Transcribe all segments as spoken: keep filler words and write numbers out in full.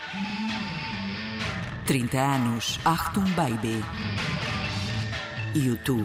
trinta anos, Achtung Baby. YouTube.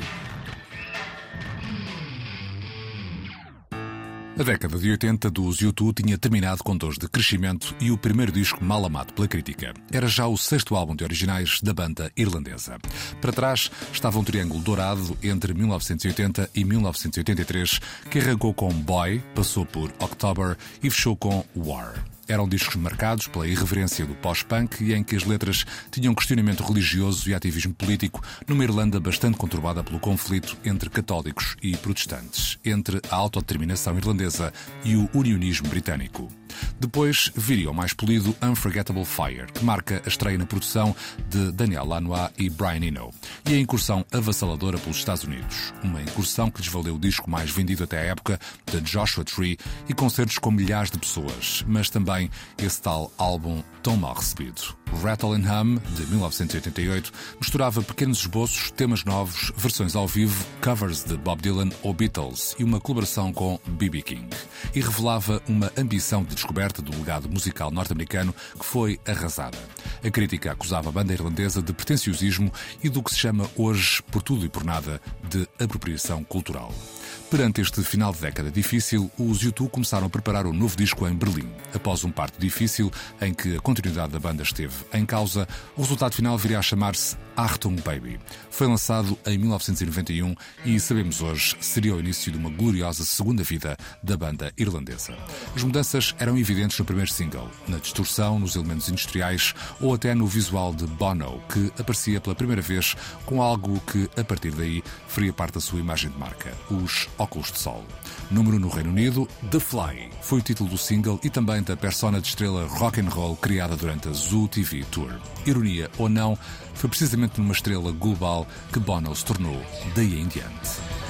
A década de oitenta dos U dois tinha terminado com dores de crescimento e o primeiro disco mal amado pela crítica. Era já o sexto álbum de originais da banda irlandesa. Para trás estava um triângulo dourado entre mil novecentos e oitenta e mil novecentos e oitenta e três, que arrancou com Boy, passou por October e fechou com War. Eram discos marcados pela irreverência do pós-punk e em que as letras tinham questionamento religioso e ativismo político numa Irlanda bastante conturbada pelo conflito entre católicos e protestantes, entre a autodeterminação irlandesa e o unionismo britânico. Depois viria o mais polido Unforgettable Fire, que marca a estreia na produção de Daniel Lanois e Brian Eno, e a incursão avassaladora pelos Estados Unidos. Uma incursão que lhes valeu o disco mais vendido até à época, de Joshua Tree, e concertos com milhares de pessoas, mas também esse tal álbum tão mal recebido. Rattle and Hum, de mil novecentos e oitenta e oito, misturava pequenos esboços, temas novos, versões ao vivo, covers de Bob Dylan ou Beatles e uma colaboração com B B King. E revelava uma ambição de descoberta do legado musical norte-americano que foi arrasada. A crítica acusava a banda irlandesa de pretenciosismo e do que se chama hoje, por tudo e por nada, de apropriação cultural. Perante este final de década difícil, os U dois começaram a preparar um novo disco em Berlim. Após um parto difícil, em que a continuidade da banda esteve em causa, o resultado final viria a chamar-se Achtung Baby. Foi lançado em mil novecentos e noventa e um e, sabemos hoje, seria o início de uma gloriosa segunda vida da banda irlandesa. As mudanças eram evidentes no primeiro single, na distorção, nos elementos industriais ou até no visual de Bono, que aparecia pela primeira vez com algo que, a partir daí, faria parte da sua imagem de marca, os óculos de sol. Número no Reino Unido, The Fly foi o título do single e também da persona de estrela rock and roll criada durante a Zoo T V Tour. Ironia ou não, foi precisamente numa estrela global que Bono se tornou daí em diante.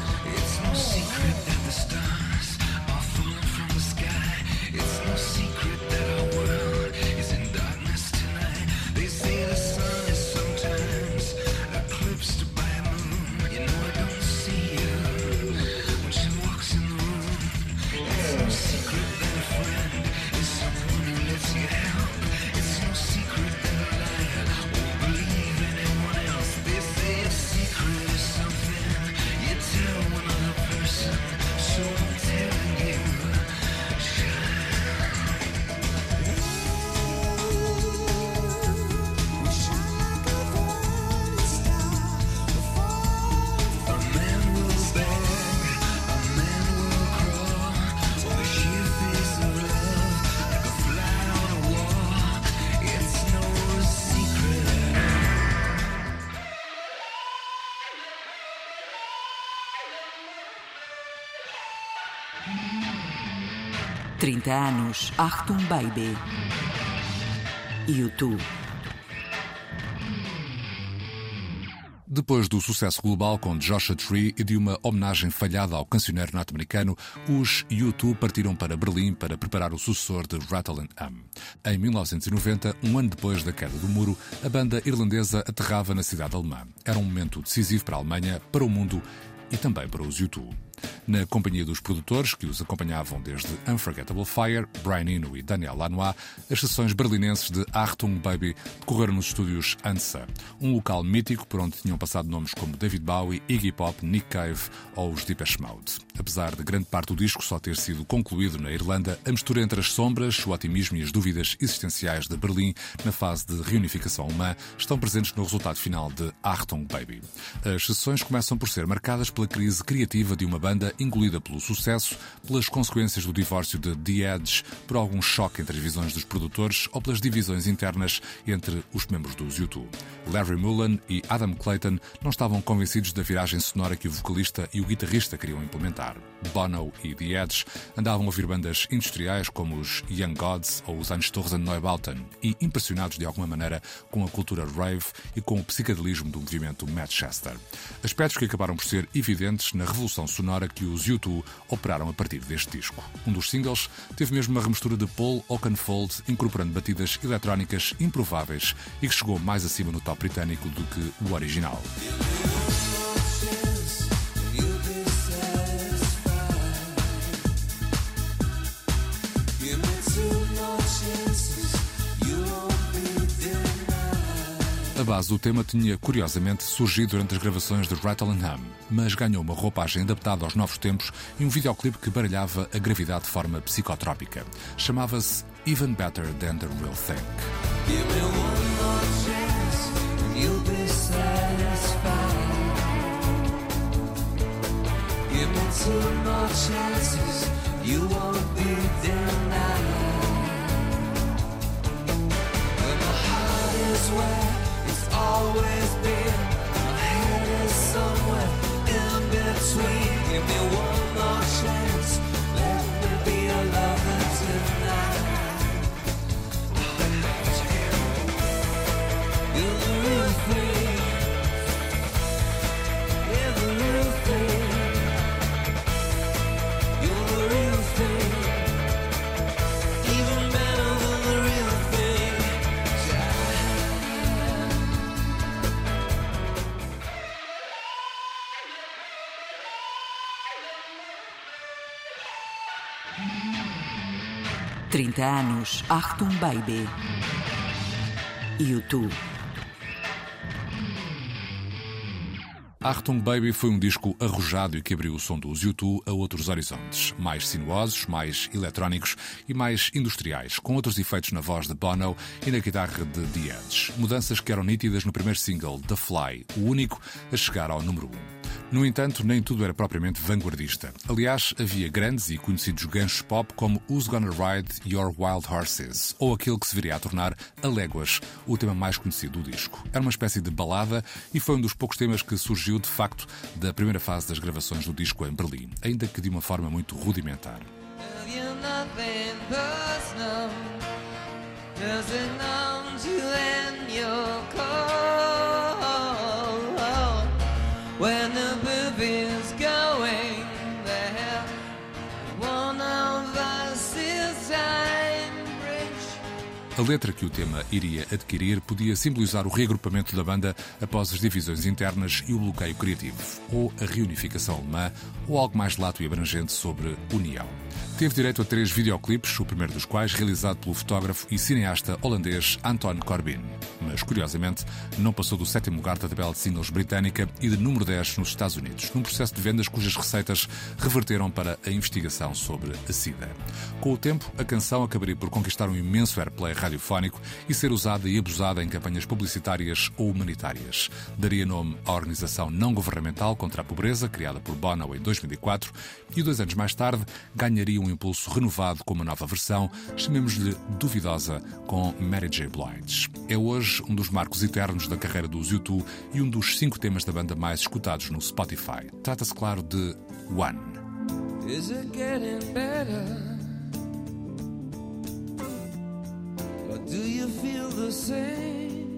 trinta anos, Achtung Baby. YouTube. Depois do sucesso global com Joshua Tree e de uma homenagem falhada ao cancioneiro norte-americano, os U dois partiram para Berlim para preparar o sucessor de Rattle and Hum. Em mil novecentos e noventa, um ano depois da queda do muro, a banda irlandesa aterrava na cidade alemã. Era um momento decisivo para a Alemanha, para o mundo e também para os U dois. Na companhia dos produtores que os acompanhavam desde Unforgettable Fire, Brian Eno e Daniel Lanois, as sessões berlinenses de Achtung Baby decorreram nos estúdios Hansa, um local mítico por onde tinham passado nomes como David Bowie, Iggy Pop, Nick Cave ou os Depeche Mode. Apesar de grande parte do disco só ter sido concluído na Irlanda, a mistura entre as sombras, o otimismo e as dúvidas existenciais de Berlim na fase de reunificação alemã estão presentes no resultado final de Achtung Baby. As sessões começam por ser marcadas pela crise criativa de uma banda engolida pelo sucesso, pelas consequências do divórcio de The Edge, por algum choque entre as visões dos produtores ou pelas divisões internas entre os membros dos U dois. Larry Mullen e Adam Clayton não estavam convencidos da viragem sonora que o vocalista e o guitarrista queriam implementar. Bono e The Edge andavam a ouvir bandas industriais como os Young Gods ou os Einstürzen Neubauten e impressionados de alguma maneira com a cultura rave e com o psicadelismo do movimento Manchester. Aspectos que acabaram por ser evidentes na revolução sonora que os U dois operaram a partir deste disco. Um dos singles teve mesmo uma remistura de Paul Oakenfold, incorporando batidas eletrónicas improváveis e que chegou mais acima no top britânico do que o original. You A base do tema tinha, curiosamente, surgido durante as gravações de Rattle and Hum, mas ganhou uma roupagem adaptada aos novos tempos e um videoclipe que baralhava a gravidade de forma psicotrópica. Chamava-se Even Better Than The Real Thing. Give me one more chance and you'll be satisfied. Give me two more chances, you won't be denied. When my heart is where it's always been, my head is somewhere in between. Give me one more chance, let me be a lover tonight. You're the real thing. You're the real thing. You're the real thing. Even better than the real thing. trinta anos, Achtung Baby. U dois. Achtung Baby foi um disco arrojado e que abriu o som dos U dois a outros horizontes, mais sinuosos, mais eletrónicos e mais industriais, com outros efeitos na voz de Bono e na guitarra de The Edge. Mudanças que eram nítidas no primeiro single, The Fly, o único a chegar ao número um. No entanto, nem tudo era propriamente vanguardista. Aliás, havia grandes e conhecidos ganchos pop como Who's Gonna Ride Your Wild Horses, ou aquele que se viria a tornar A Léguas, o tema mais conhecido do disco. Era uma espécie de balada e foi um dos poucos temas que surgiu, de facto, da primeira fase das gravações do disco em Berlim, ainda que de uma forma muito rudimentar. When the baby's going there, one of us is time bridge. A letra que o tema iria adquirir podia simbolizar o reagrupamento da banda após as divisões internas e o bloqueio criativo, ou a reunificação alemã, ou algo mais lato e abrangente sobre união. Teve direito a três videoclipes, o primeiro dos quais realizado pelo fotógrafo e cineasta holandês Anton Corbijn. Mas, curiosamente, não passou do sétimo lugar da tabela de singles britânica e de número dez nos Estados Unidos, num processo de vendas cujas receitas reverteram para a investigação sobre a SIDA. Com o tempo, a canção acabaria por conquistar um imenso airplay radiofónico e ser usada e abusada em campanhas publicitárias ou humanitárias. Daria nome à organização não governamental contra a pobreza, criada por Bono em dois mil e quatro, e dois anos mais tarde ganharia um impulso renovado com uma nova versão, chamemos-lhe Duvidosa, com Mary J. Blige. É hoje um dos marcos eternos da carreira dos U dois e um dos cinco temas da banda mais escutados no Spotify. Trata-se, claro, de One. Is it getting better? Or do you feel the same?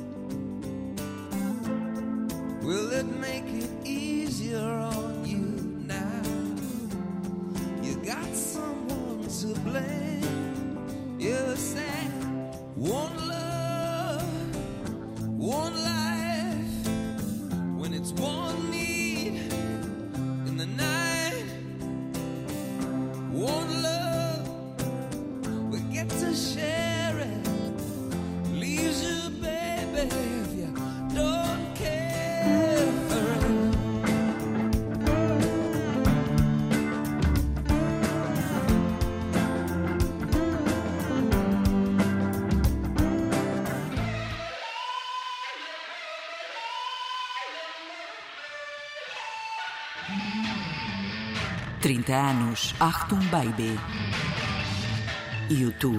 Will it make it easier on you now? You got someone to blame. You said one love, one life. When it's one need in the night, one love, we get to share it. Leaves you, baby, if you don't care for it. trinta anos, Achtung Baby. U dois.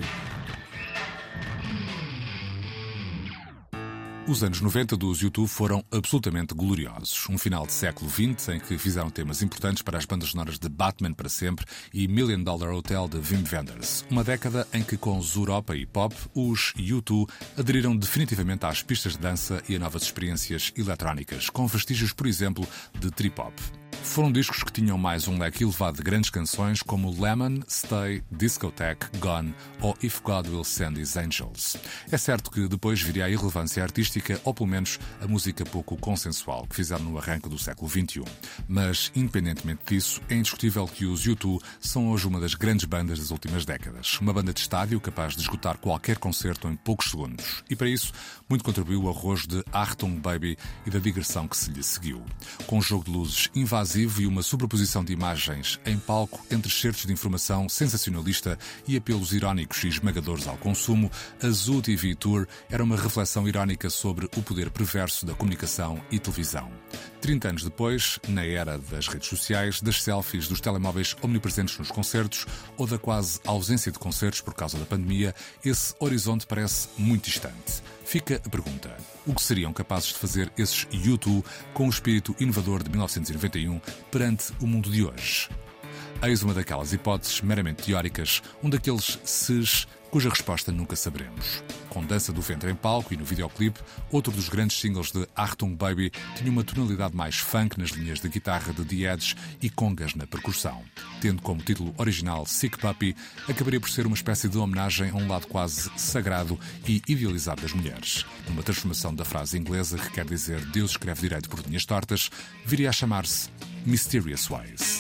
Os anos noventa dos U dois foram absolutamente gloriosos. Um final de século vinte em que fizeram temas importantes para as bandas sonoras de Batman para sempre e Million Dollar Hotel de Wim Wenders. Uma década em que com Zuropa e Pop, os U dois aderiram definitivamente às pistas de dança e a novas experiências eletrónicas, com vestígios, por exemplo, de trip-hop. Foram discos que tinham mais um leque elevado de grandes canções como Lemon, Stay, Discotheque, Gone ou If God Will Send His Angels. É certo que depois viria a irrelevância artística ou pelo menos a música pouco consensual que fizeram no arranque do século vinte e um. Mas, independentemente disso, é indiscutível que os U dois são hoje uma das grandes bandas das últimas décadas. Uma banda de estádio capaz de esgotar qualquer concerto em poucos segundos. E para isso, muito contribuiu o arrojo de Achtung Baby e da digressão que se lhe seguiu. Com um jogo de luzes invasivo e uma sobreposição de imagens em palco entre excertos de informação sensacionalista e apelos irónicos e esmagadores ao consumo, a Zoo T V Tour era uma reflexão irónica sobre o poder perverso da comunicação e televisão. trinta anos depois, na era das redes sociais, das selfies, dos telemóveis omnipresentes nos concertos ou da quase ausência de concertos por causa da pandemia, esse horizonte parece muito distante. Fica a pergunta: o que seriam capazes de fazer esses U dois com o espírito inovador de mil novecentos e noventa e um perante o mundo de hoje? Eis uma daquelas hipóteses meramente teóricas, um daqueles ses cuja resposta nunca saberemos. Com Dança do Ventre em palco e no videoclipe, outro dos grandes singles de Achtung Baby tinha uma tonalidade mais funk nas linhas de guitarra de The Edge e congas na percussão. Tendo como título original Sick Puppy, acabaria por ser uma espécie de homenagem a um lado quase sagrado e idealizado das mulheres. Numa transformação da frase inglesa que quer dizer Deus escreve direito por linhas tortas, viria a chamar-se Mysterious Ways.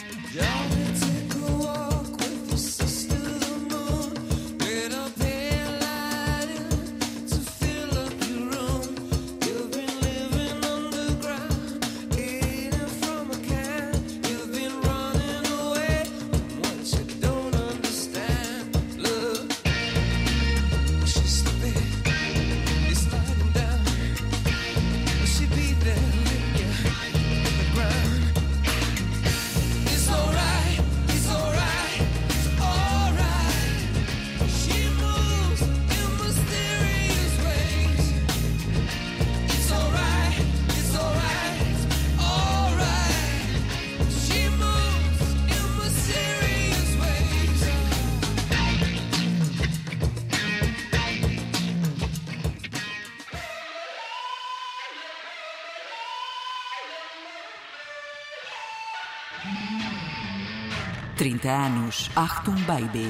trinta anos, Achtung Baby.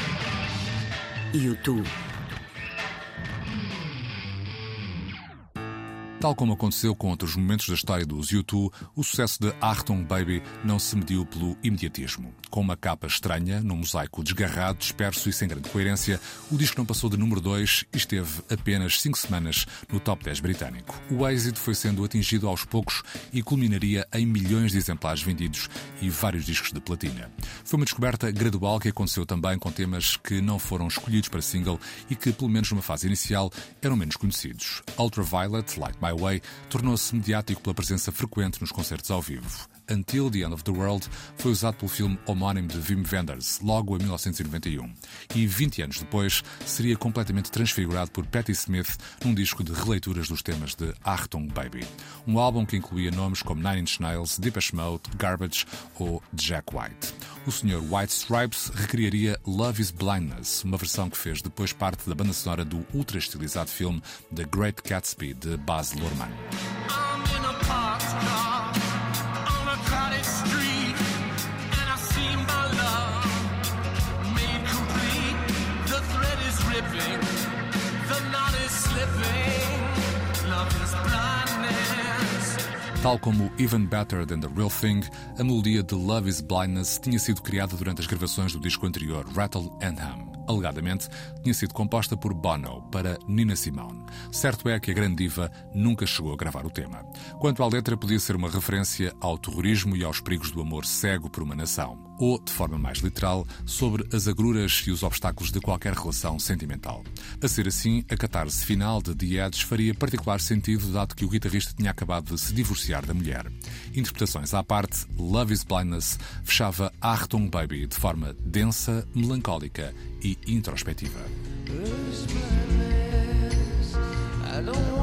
U dois. Tal como aconteceu com outros momentos da história dos U dois, o sucesso de Achtung Baby não se mediu pelo imediatismo. Com uma capa estranha, num mosaico desgarrado, disperso e sem grande coerência, o disco não passou de número dois e esteve apenas cinco semanas no top dez britânico. O êxito foi sendo atingido aos poucos e culminaria em milhões de exemplares vendidos e vários discos de platina. Foi uma descoberta gradual que aconteceu também com temas que não foram escolhidos para single e que, pelo menos numa fase inicial, eram menos conhecidos. Ultraviolet, Light My Way, tornou-se mediático pela presença frequente nos concertos ao vivo. Until the End of the World foi usado pelo filme homónimo de Wim Wenders, logo em mil novecentos e noventa e um. E vinte anos depois seria completamente transfigurado por Patti Smith num disco de releituras dos temas de Achtung Baby. Um álbum que incluía nomes como Nine Inch Nails, Depeche Mode, Garbage ou Jack White. O senhor White Stripes recriaria Love is Blindness, uma versão que fez depois parte da banda sonora do ultra-estilizado filme The Great Gatsby, de Baz Luhrmann. Tal como Even Better Than The Real Thing, a melodia de Love is Blindness tinha sido criada durante as gravações do disco anterior, Rattle and Hum. Alegadamente, tinha sido composta por Bono para Nina Simone. Certo é que a grande diva nunca chegou a gravar o tema. Quanto à letra, podia ser uma referência ao terrorismo e aos perigos do amor cego por uma nação, ou, de forma mais literal, sobre as agruras e os obstáculos de qualquer relação sentimental. A ser assim, a catarse final de The Edge faria particular sentido, dado que o guitarrista tinha acabado de se divorciar da mulher. Interpretações à parte, Love is Blindness fechava Achtung Baby de forma densa, melancólica e introspectiva. I don't